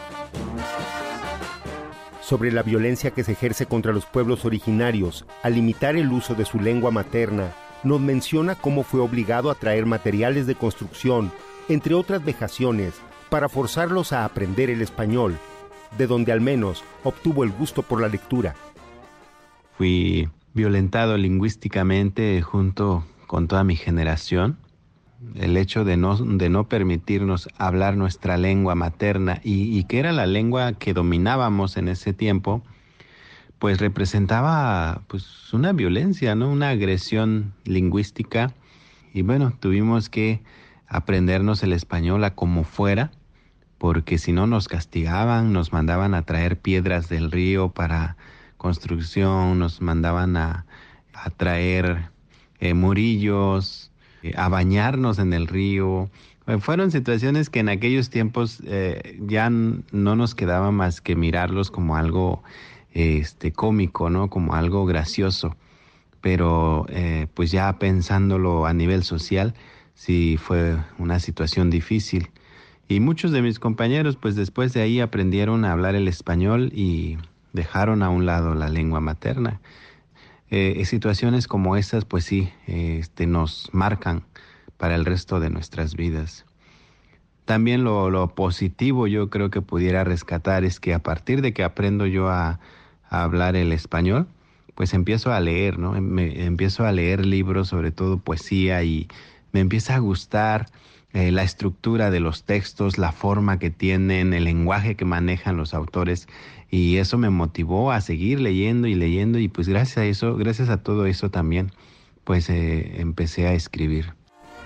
Sobre la violencia que se ejerce contra los pueblos originarios al limitar el uso de su lengua materna, nos menciona cómo fue obligado a traer materiales de construcción, entre otras vejaciones, para forzarlos a aprender el español, de donde al menos obtuvo el gusto por la lectura. Fui violentado lingüísticamente junto con toda mi generación. El hecho de no, de no permitirnos hablar nuestra lengua materna y, y que era la lengua que dominábamos en ese tiempo, pues representaba pues una violencia, ¿no? Una agresión lingüística. Y bueno, tuvimos que aprendernos el español a como fuera, porque si no nos castigaban, nos mandaban a traer piedras del río para construcción, nos mandaban a, a traer eh, murillos, eh, a bañarnos en el río. Eh, fueron situaciones que en aquellos tiempos eh, ya n- no nos quedaba más que mirarlos como algo eh, este, cómico, ¿no? Como algo gracioso. Pero eh, pues ya pensándolo a nivel social, sí fue una situación difícil. Y muchos de mis compañeros pues después de ahí aprendieron a hablar el español y dejaron a un lado la lengua materna. eh, situaciones como esas, pues sí, eh, este, nos marcan para el resto de nuestras vidas. También lo, lo positivo yo creo que pudiera rescatar es que a partir de que aprendo yo a, a hablar el español, pues empiezo a leer, ¿no? Me, empiezo a leer libros, sobre todo poesía, y me empieza a gustar eh, la estructura de los textos, la forma que tienen, el lenguaje que manejan los autores, y eso me motivó a seguir leyendo y leyendo, y pues gracias a eso, gracias a todo eso también, pues eh, empecé a escribir.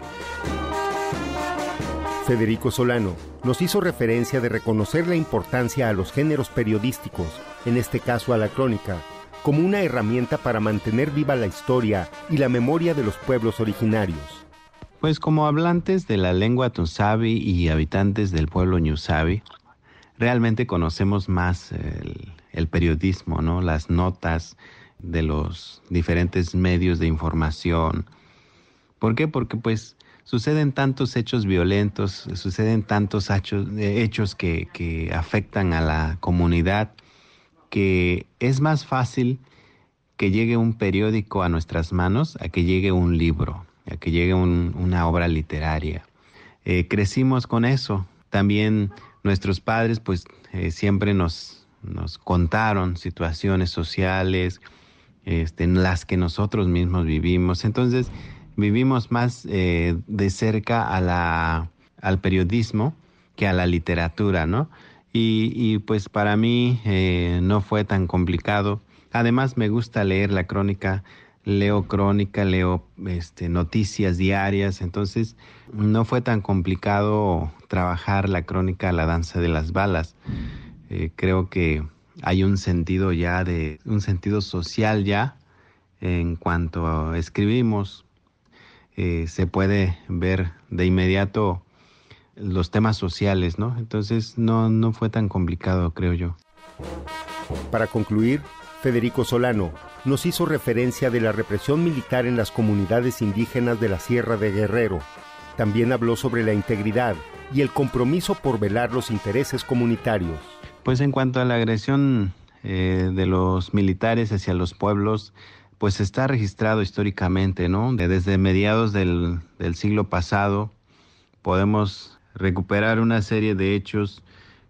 Federico Solano nos hizo referencia de reconocer la importancia a los géneros periodísticos, en este caso a la crónica, como una herramienta para mantener viva la historia y la memoria de los pueblos originarios. Pues como hablantes de la lengua tunsavi y habitantes del pueblo ñusavi, realmente conocemos más el, el periodismo, ¿no? Las notas de los diferentes medios de información. ¿Por qué? Porque pues suceden tantos hechos violentos, suceden tantos hechos, hechos que, que afectan a la comunidad, que es más fácil que llegue un periódico a nuestras manos a que llegue un libro, a que llegue un, una obra literaria. Eh, crecimos con eso. También nuestros padres pues eh, siempre nos, nos contaron situaciones sociales este, en las que nosotros mismos vivimos. Entonces vivimos más eh, de cerca a la, al periodismo que a la literatura, ¿no? Y, y pues para mí eh, no fue tan complicado. Además me gusta leer la crónica, leo crónica, leo este, noticias diarias, entonces no fue tan complicado trabajar la crónica La danza de las balas. Eh, creo que hay un sentido ya de, un sentido social ya en cuanto escribimos. Eh, se puede ver de inmediato los temas sociales, ¿no? Entonces no, no fue tan complicado, creo yo. Para concluir, Federico Solano nos hizo referencia de la represión militar en las comunidades indígenas de la Sierra de Guerrero. También habló sobre la integridad y el compromiso por velar los intereses comunitarios. Pues en cuanto a la agresión eh, de los militares hacia los pueblos, pues está registrado históricamente, ¿no? Desde mediados del, del siglo pasado podemos recuperar una serie de hechos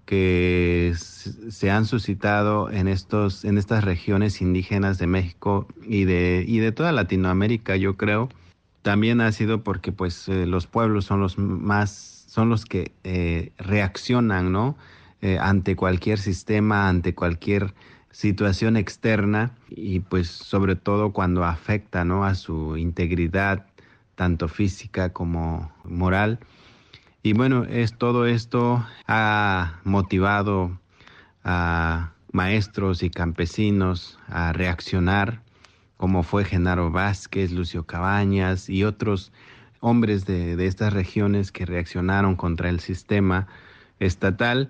que se han suscitado en estos en estas regiones indígenas de México y de y de toda Latinoamérica, yo creo. También ha sido porque pues eh, los pueblos son los más son los que eh, reaccionan, ¿no? Eh, ante cualquier sistema, ante cualquier situación externa, y pues sobre todo cuando afecta, ¿no?, a su integridad tanto física como moral. Y bueno, es, todo esto ha motivado a maestros y campesinos a reaccionar, como fue Genaro Vázquez, Lucio Cabañas y otros hombres de, de estas regiones que reaccionaron contra el sistema estatal.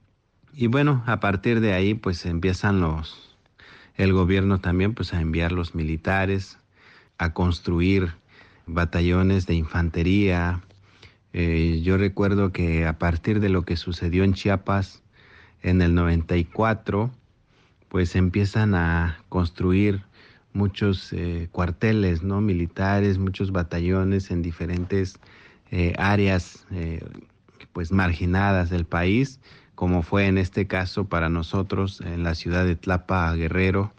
Y bueno, a partir de ahí pues empiezan los, el gobierno también pues a enviar los militares, a construir batallones de infantería. Eh, yo recuerdo que a partir de lo que sucedió en Chiapas en el noventa y cuatro, pues empiezan a construir muchos eh, cuarteles, ¿no?, militares, muchos batallones en diferentes eh, áreas eh, pues marginadas del país, como fue en este caso para nosotros en la ciudad de Tlapa, Guerrero,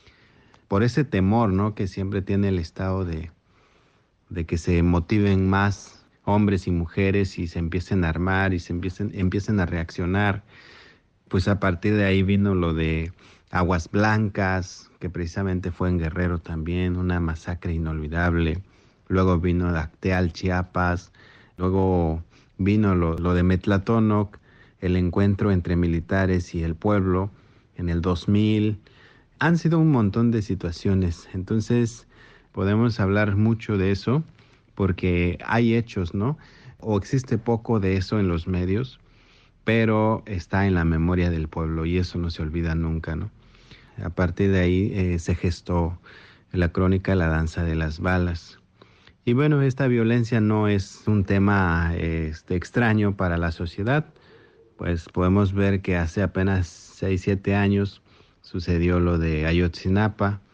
por ese temor, ¿no?, que siempre tiene el Estado de, de que se motiven más hombres y mujeres y se empiecen a armar y se empiecen, empiecen a reaccionar. Pues a partir de ahí vino lo de Aguas Blancas, que precisamente fue en Guerrero también, una masacre inolvidable. Luego vino Acteal, Chiapas, luego vino lo, lo de Metlatónoc, el encuentro entre militares y el pueblo en el dos mil. Han sido un montón de situaciones, entonces podemos hablar mucho de eso porque hay hechos, ¿no? O existe poco de eso en los medios, pero está en la memoria del pueblo y eso no se olvida nunca, ¿no? A partir de ahí eh, se gestó la crónica La danza de las balas. Y bueno, esta violencia no es un tema este, extraño para la sociedad, pues podemos ver que hace apenas seis, siete años sucedió lo de Ayotzinapa,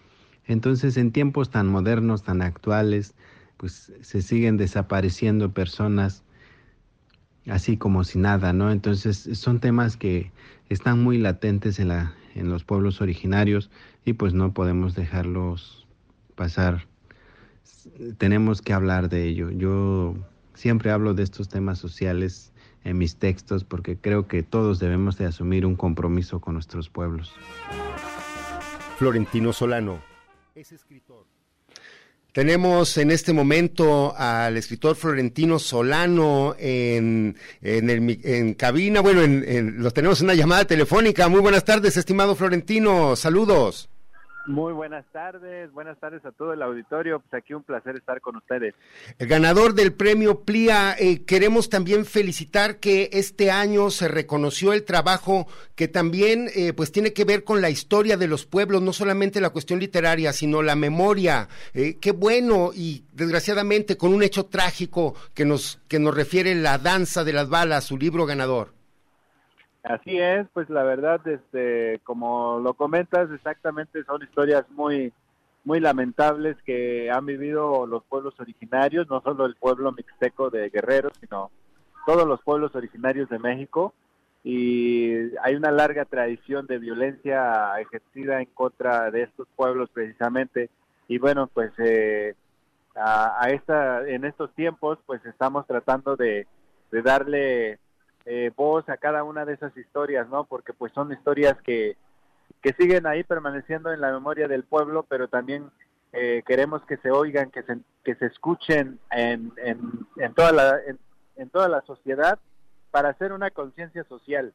Entonces, en tiempos tan modernos, tan actuales, pues se siguen desapareciendo personas así como si nada, ¿no? Entonces, son temas que están muy latentes en la en los pueblos originarios y pues no podemos dejarlos pasar. Tenemos que hablar de ello. Yo siempre hablo de estos temas sociales en mis textos porque creo que todos debemos de asumir un compromiso con nuestros pueblos. Florentino Solano es escritor. Tenemos en este momento al escritor Florentino Solano en, en, el, en cabina, bueno, en, en, los tenemos en una llamada telefónica. Muy buenas tardes, estimado Florentino, saludos. Muy buenas tardes, buenas tardes a todo el auditorio, pues aquí un placer estar con ustedes. El ganador del premio P L I A, eh, queremos también felicitar que este año se reconoció el trabajo que también eh, pues tiene que ver con la historia de los pueblos, no solamente la cuestión literaria, sino la memoria. Eh, qué bueno, y desgraciadamente con un hecho trágico que nos, que nos refiere La danza de las balas, su libro ganador. Así es, pues la verdad, este, como lo comentas, exactamente son historias muy, muy lamentables que han vivido los pueblos originarios, no solo el pueblo mixteco de Guerrero, sino todos los pueblos originarios de México, y hay una larga tradición de violencia ejercida en contra de estos pueblos precisamente, y bueno, pues eh, a, a esta, en estos tiempos, pues estamos tratando de, de darle Eh, voz a cada una de esas historias, ¿no? Porque pues son historias que, que siguen ahí permaneciendo en la memoria del pueblo, pero también eh, queremos que se oigan, que se, que se escuchen en, en, en, toda la, en, en toda la sociedad para hacer una conciencia social.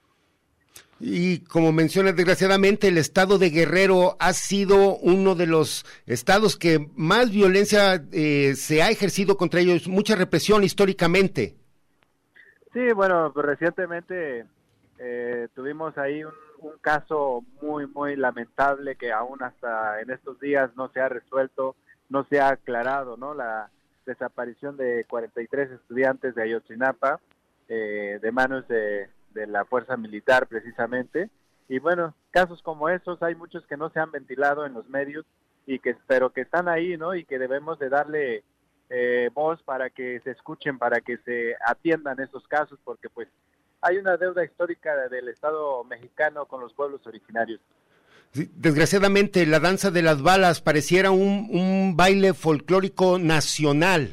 Y como mencionas, desgraciadamente el estado de Guerrero ha sido uno de los estados que más violencia eh, se ha ejercido contra ellos, mucha represión históricamente. Sí, bueno, pues recientemente eh, tuvimos ahí un, un caso muy, muy lamentable que aún hasta en estos días no se ha resuelto, no se ha aclarado, ¿no? La desaparición de cuarenta y tres estudiantes de Ayotzinapa, eh, de manos de, de la fuerza militar precisamente. Y bueno, casos como esos hay muchos que no se han ventilado en los medios y que pero que están ahí, ¿no? Y que debemos de darle Eh, voz para que se escuchen, para que se atiendan esos casos, porque pues hay una deuda histórica del Estado mexicano con los pueblos originarios. Sí, desgraciadamente la danza de las balas pareciera un, un baile folclórico nacional.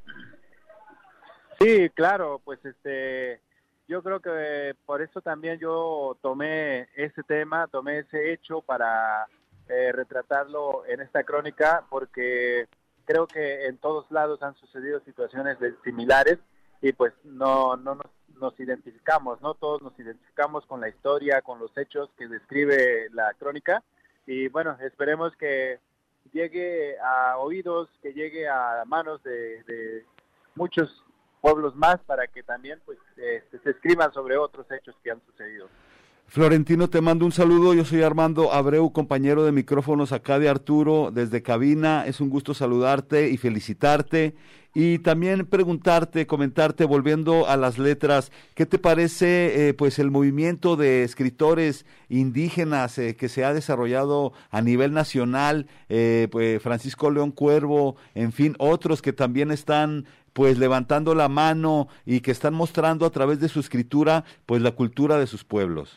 Sí, claro, pues este, yo creo que por eso también yo tomé ese tema, tomé ese hecho para eh, retratarlo en esta crónica, porque creo que en todos lados han sucedido situaciones de, similares y pues no, no nos, nos identificamos, ¿no? Todos nos identificamos con la historia, con los hechos que describe la crónica y bueno, esperemos que llegue a oídos, que llegue a manos de, de muchos pueblos más para que también pues eh, se escriban sobre otros hechos que han sucedido. Florentino, te mando un saludo, yo soy Armando Abreu, compañero de micrófonos acá de Arturo, desde cabina, es un gusto saludarte y felicitarte, y también preguntarte, comentarte, volviendo a las letras, ¿qué te parece eh, pues el movimiento de escritores indígenas eh, que se ha desarrollado a nivel nacional, eh, pues Francisco León Cuervo, en fin, otros que también están pues levantando la mano y que están mostrando a través de su escritura pues la cultura de sus pueblos?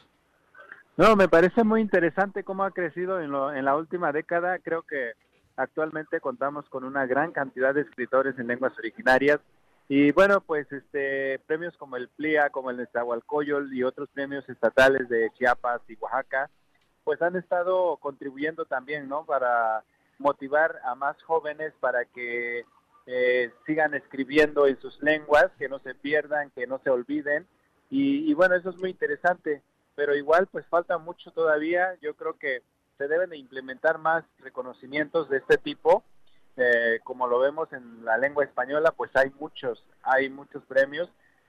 No, me parece muy interesante cómo ha crecido en, lo, en la última década. Creo que actualmente contamos con una gran cantidad de escritores en lenguas originarias y bueno, pues este premios como el P L I A, como el Nezahualcóyotl y otros premios estatales de Chiapas y Oaxaca, pues han estado contribuyendo también, ¿no? Para motivar a más jóvenes para que eh, sigan escribiendo en sus lenguas, que no se pierdan, que no se olviden y, y bueno, eso es muy interesante. Pero igual pues falta mucho todavía, yo creo que se deben de implementar más reconocimientos de este tipo, eh, como lo vemos en la lengua española, pues hay muchos, hay muchos premios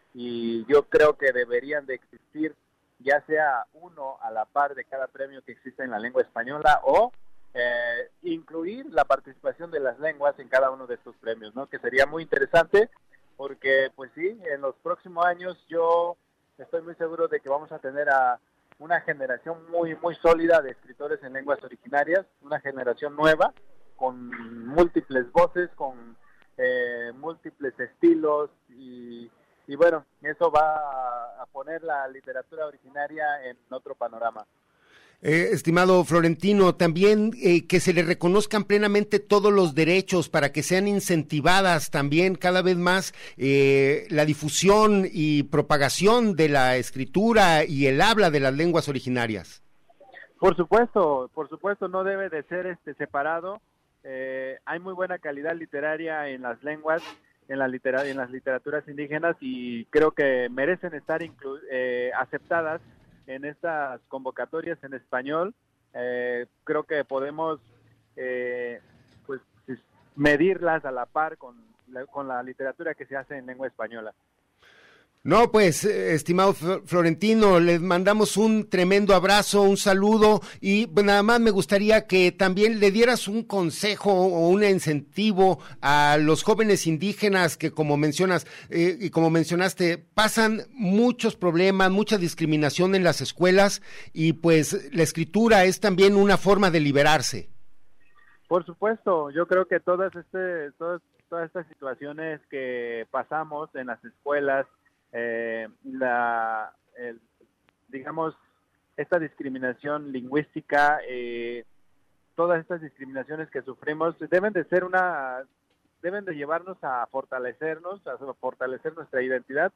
y yo creo que deberían de existir ya sea uno a la par de cada premio que existe en la lengua española o eh, incluir la participación de las lenguas en cada uno de estos premios, ¿no? Que sería muy interesante porque pues sí, en los próximos años yo estoy muy seguro de que vamos a tener a una generación muy, muy sólida de escritores en lenguas originarias, una generación nueva, con múltiples voces, con eh, múltiples estilos, y, y bueno, eso va a, a poner la literatura originaria en otro panorama. Eh, estimado Florentino, también eh, que se le reconozcan plenamente todos los derechos para que sean incentivadas también cada vez más eh, la difusión y propagación de la escritura y el habla de las lenguas originarias. Por supuesto, por supuesto, no debe de ser este separado. Eh, hay muy buena calidad literaria en las lenguas, en, la litera, en las literaturas indígenas, y creo que merecen estar inclu eh, aceptadas en estas convocatorias en español. Eh, creo que podemos eh, pues medirlas a la par con la, con la literatura que se hace en lengua española. No, pues, estimado Florentino, les mandamos un tremendo abrazo, un saludo, y nada más me gustaría que también le dieras un consejo o un incentivo a los jóvenes indígenas que, como mencionas, eh, y como mencionaste, pasan muchos problemas, mucha discriminación en las escuelas, y pues la escritura es también una forma de liberarse. Por supuesto, yo creo que todas, este, todas, todas estas situaciones que pasamos en las escuelas, Eh, la, el, digamos, esta discriminación lingüística, eh, todas estas discriminaciones que sufrimos deben de ser una, deben de llevarnos a fortalecernos, a fortalecer nuestra identidad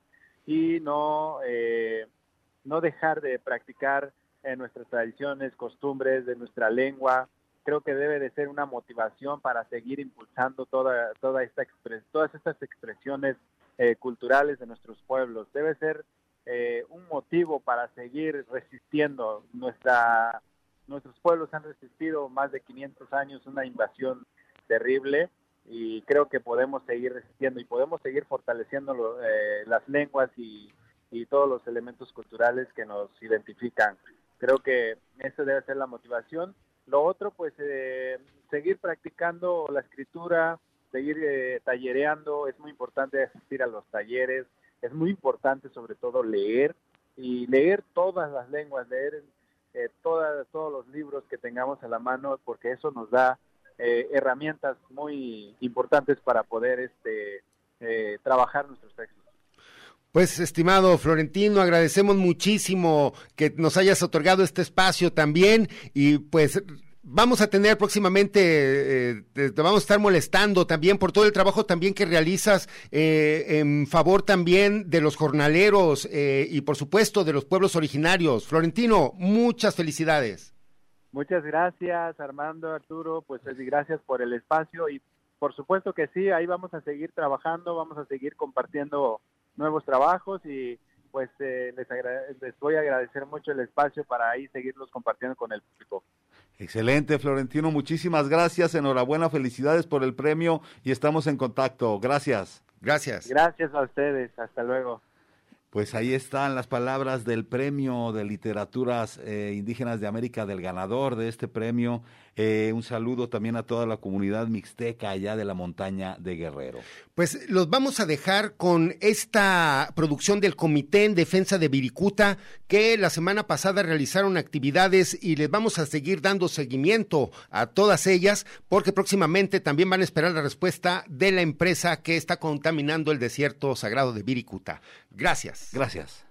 y no, eh, no dejar de practicar eh, nuestras tradiciones, costumbres, de nuestra lengua. Creo que debe de ser una motivación para seguir impulsando toda, toda esta expres, todas estas expresiones Eh, culturales de nuestros pueblos. Debe ser eh, un motivo para seguir resistiendo. Nuestra, nuestros pueblos han resistido más de quinientos años una invasión terrible, y creo que podemos seguir resistiendo y podemos seguir fortaleciendo lo, eh, las lenguas y, y todos los elementos culturales que nos identifican. Creo que esa debe ser la motivación. Lo otro, pues, eh, seguir practicando la escritura, seguir eh, tallereando. Es muy importante asistir a los talleres, es muy importante sobre todo leer, y leer todas las lenguas, leer eh, todas, todos los libros que tengamos a la mano, porque eso nos da eh, herramientas muy importantes para poder este, eh, trabajar nuestros textos. Pues, estimado Florentino, agradecemos muchísimo que nos hayas otorgado este espacio también, y pues vamos a tener próximamente, eh, te, te vamos a estar molestando también por todo el trabajo también que realizas eh, en favor también de los jornaleros eh, y por supuesto de los pueblos originarios. Florentino, muchas felicidades. Muchas gracias, Armando, Arturo, pues gracias por el espacio, y por supuesto que sí, ahí vamos a seguir trabajando, vamos a seguir compartiendo nuevos trabajos, y pues eh, les, les voy a agradecer mucho el espacio para ahí seguirlos compartiendo con el público. Excelente, Florentino, muchísimas gracias, enhorabuena, felicidades por el premio y estamos en contacto. Gracias. Gracias. Gracias a ustedes, hasta luego. Pues ahí están las palabras del premio de literaturas eh, indígenas de América, del ganador de este premio. Eh, un saludo también a toda la comunidad mixteca allá de la montaña de Guerrero. Pues los vamos a dejar con esta producción del Comité en Defensa de Viricuta, que la semana pasada realizaron actividades, y les vamos a seguir dando seguimiento a todas ellas, porque próximamente también van a esperar la respuesta de la empresa que está contaminando el desierto sagrado de Viricuta. Gracias. Gracias.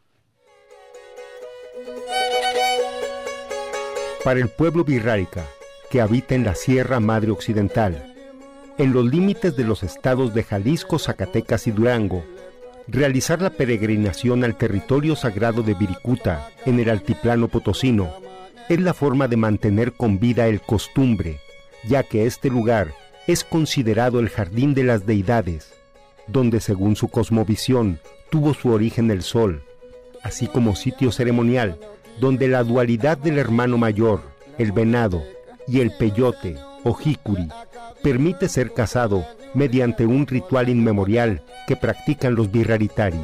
Para el pueblo birrárica, que habita en la Sierra Madre Occidental, en los límites de los estados de Jalisco, Zacatecas y Durango, realizar la peregrinación al territorio sagrado de Viricuta, en el altiplano potosino, es la forma de mantener con vida el costumbre, ya que este lugar es considerado el jardín de las deidades, donde según su cosmovisión tuvo su origen el sol, así como sitio ceremonial donde la dualidad del hermano mayor, el venado, y el peyote o jicuri permite ser casado mediante un ritual inmemorial que practican los birraritari.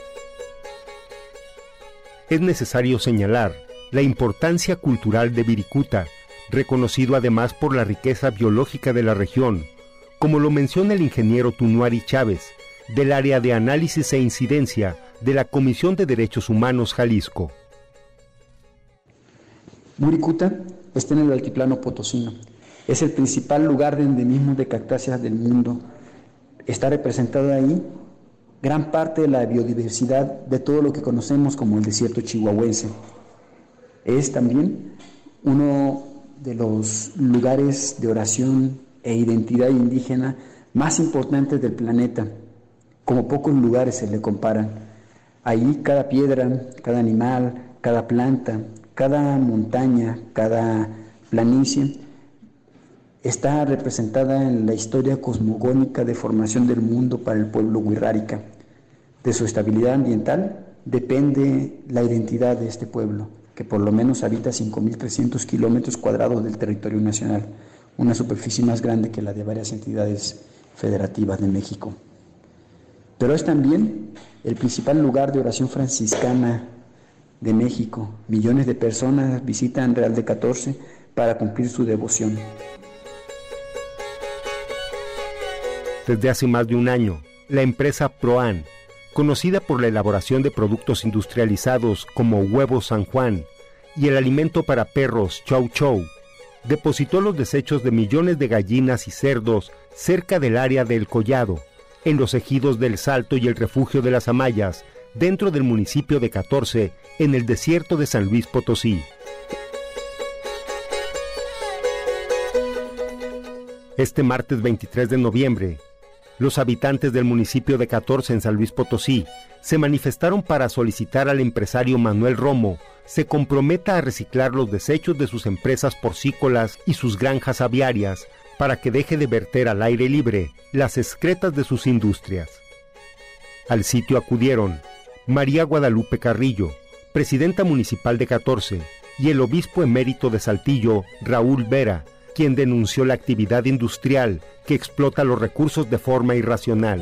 Es necesario señalar la importancia cultural de Viricuta, reconocido además por la riqueza biológica de la región, como lo menciona el ingeniero Tunuari Chávez, del área de análisis e incidencia de la Comisión de Derechos Humanos Jalisco. Buricuta está en el altiplano potosino. Es el principal lugar de endemismo de cactáceas del mundo. Está representada ahí gran parte de la biodiversidad de todo lo que conocemos como el desierto chihuahuense. Es también uno de los lugares de oración e identidad indígena más importantes del planeta. Como pocos lugares se le comparan. Ahí cada piedra, cada animal, cada planta, cada montaña, cada planicie está representada en la historia cosmogónica de formación del mundo para el pueblo wixárika. De su estabilidad ambiental depende la identidad de este pueblo, que por lo menos habita cinco mil trescientos kilómetros cuadrados del territorio nacional, una superficie más grande que la de varias entidades federativas de México. Pero es también el principal lugar de oración franciscana de México. Millones de personas visitan Real de catorce para cumplir su devoción. Desde hace más de un año, la empresa Proan, conocida por la elaboración de productos industrializados como huevos San Juan y el alimento para perros Chow Chow, depositó los desechos de millones de gallinas y cerdos cerca del área del Collado, en los ejidos del Salto y el Refugio de las Amayas, dentro del municipio de Catorce, en el desierto de San Luis Potosí. Este martes veintitrés de noviembre, los habitantes del municipio de Catorce en San Luis Potosí se manifestaron para solicitar al empresario Manuel Romo se comprometa a reciclar los desechos de sus empresas porcícolas y sus granjas aviarias para que deje de verter al aire libre las excretas de sus industrias. Al sitio acudieron María Guadalupe Carrillo, presidenta municipal de Catorce, y el obispo emérito de Saltillo, Raúl Vera, quien denunció la actividad industrial que explota los recursos de forma irracional.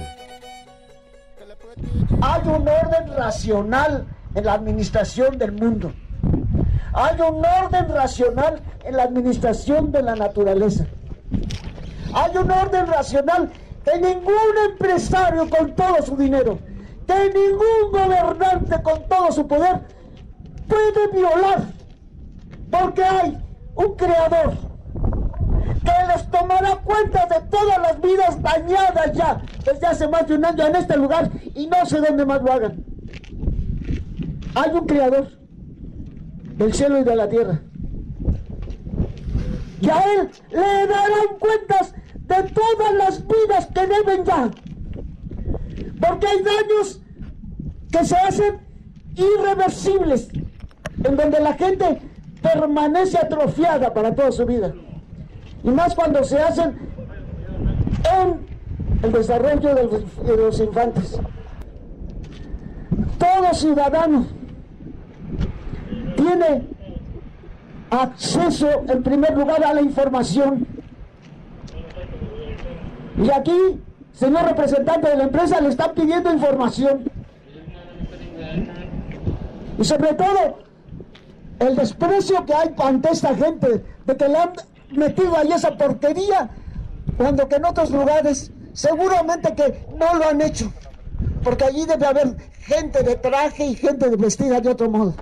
Hay un orden racional en la administración del mundo. Hay un orden racional en la administración de la naturaleza. Hay un orden racional que ningún empresario con todo su dinero, que ningún gobernante con todo su poder puede violar, porque hay un creador que les tomará cuenta de todas las vidas dañadas ya desde hace más de un año en este lugar y no sé dónde más lo hagan. Hay un creador del cielo y de la tierra y a él le darán cuentas de todas las vidas que deben ya, porque hay daños que se hacen irreversibles, en donde la gente permanece atrofiada para toda su vida, y más cuando se hacen en el desarrollo de los, de los infantes. Todo ciudadano tiene acceso en primer lugar a la información, y aquí, señor representante de la empresa, le están pidiendo información, y sobre todo el desprecio que hay ante esta gente de que le han metido ahí esa porquería, cuando que en otros lugares seguramente que no lo han hecho, porque allí debe haber gente de traje y gente de vestida de otro modo.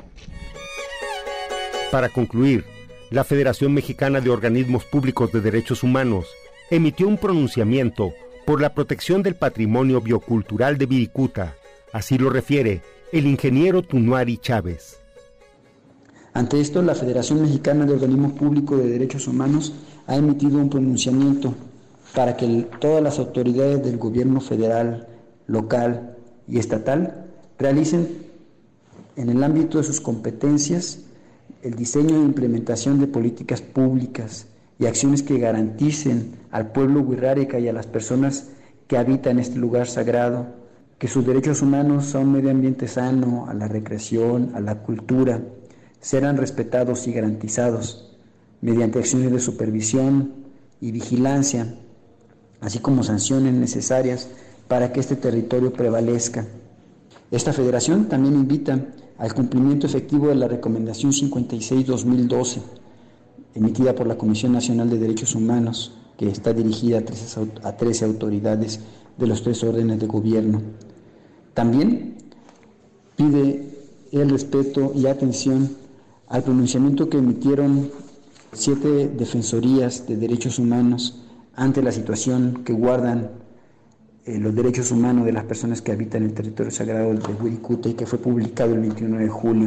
Para concluir, la Federación Mexicana de Organismos Públicos de Derechos Humanos emitió un pronunciamiento por la protección del patrimonio biocultural de Biricuta. Así lo refiere el ingeniero Tunuari Chávez. Ante esto, la Federación Mexicana de Organismos Públicos de Derechos Humanos ha emitido un pronunciamiento para que el, todas las autoridades del gobierno federal, local y estatal realicen en el ámbito de sus competencias el diseño e implementación de políticas públicas y acciones que garanticen al pueblo wixárika y a las personas que habitan este lugar sagrado que sus derechos humanos a un medio ambiente sano, a la recreación, a la cultura, serán respetados y garantizados mediante acciones de supervisión y vigilancia, así como sanciones necesarias para que este territorio prevalezca. Esta federación también invita al cumplimiento efectivo de la Recomendación cincuenta y seis guión dos mil doce, emitida por la Comisión Nacional de Derechos Humanos, que está dirigida a trece autoridades de los tres órdenes de gobierno. También pide el respeto y atención al pronunciamiento que emitieron siete defensorías de derechos humanos ante la situación que guardan eh, los derechos humanos de las personas que habitan el territorio sagrado de Wirikuta, y que fue publicado el veintiuno de julio.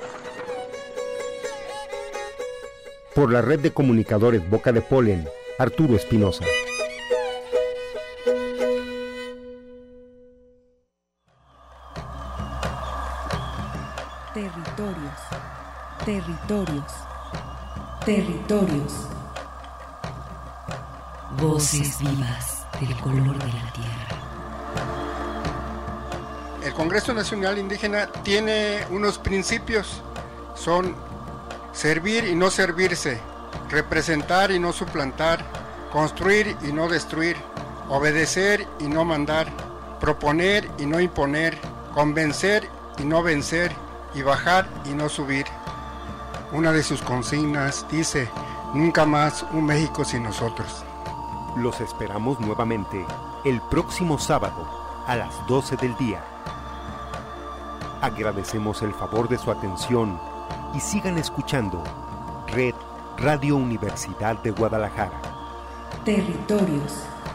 Por la red de comunicadores Boca de Polen, Arturo Espinosa. Territorios, territorios, territorios. Voces vivas del color de la tierra. El Congreso Nacional Indígena tiene unos principios, son servir y no servirse, representar y no suplantar, construir y no destruir, obedecer y no mandar, proponer y no imponer, convencer y no vencer, y bajar y no subir. Una de sus consignas dice: nunca más un México sin nosotros. Los esperamos nuevamente el próximo sábado a las doce del día. Agradecemos el favor de su atención y sigan escuchando Red Radio Universidad de Guadalajara. Territorios,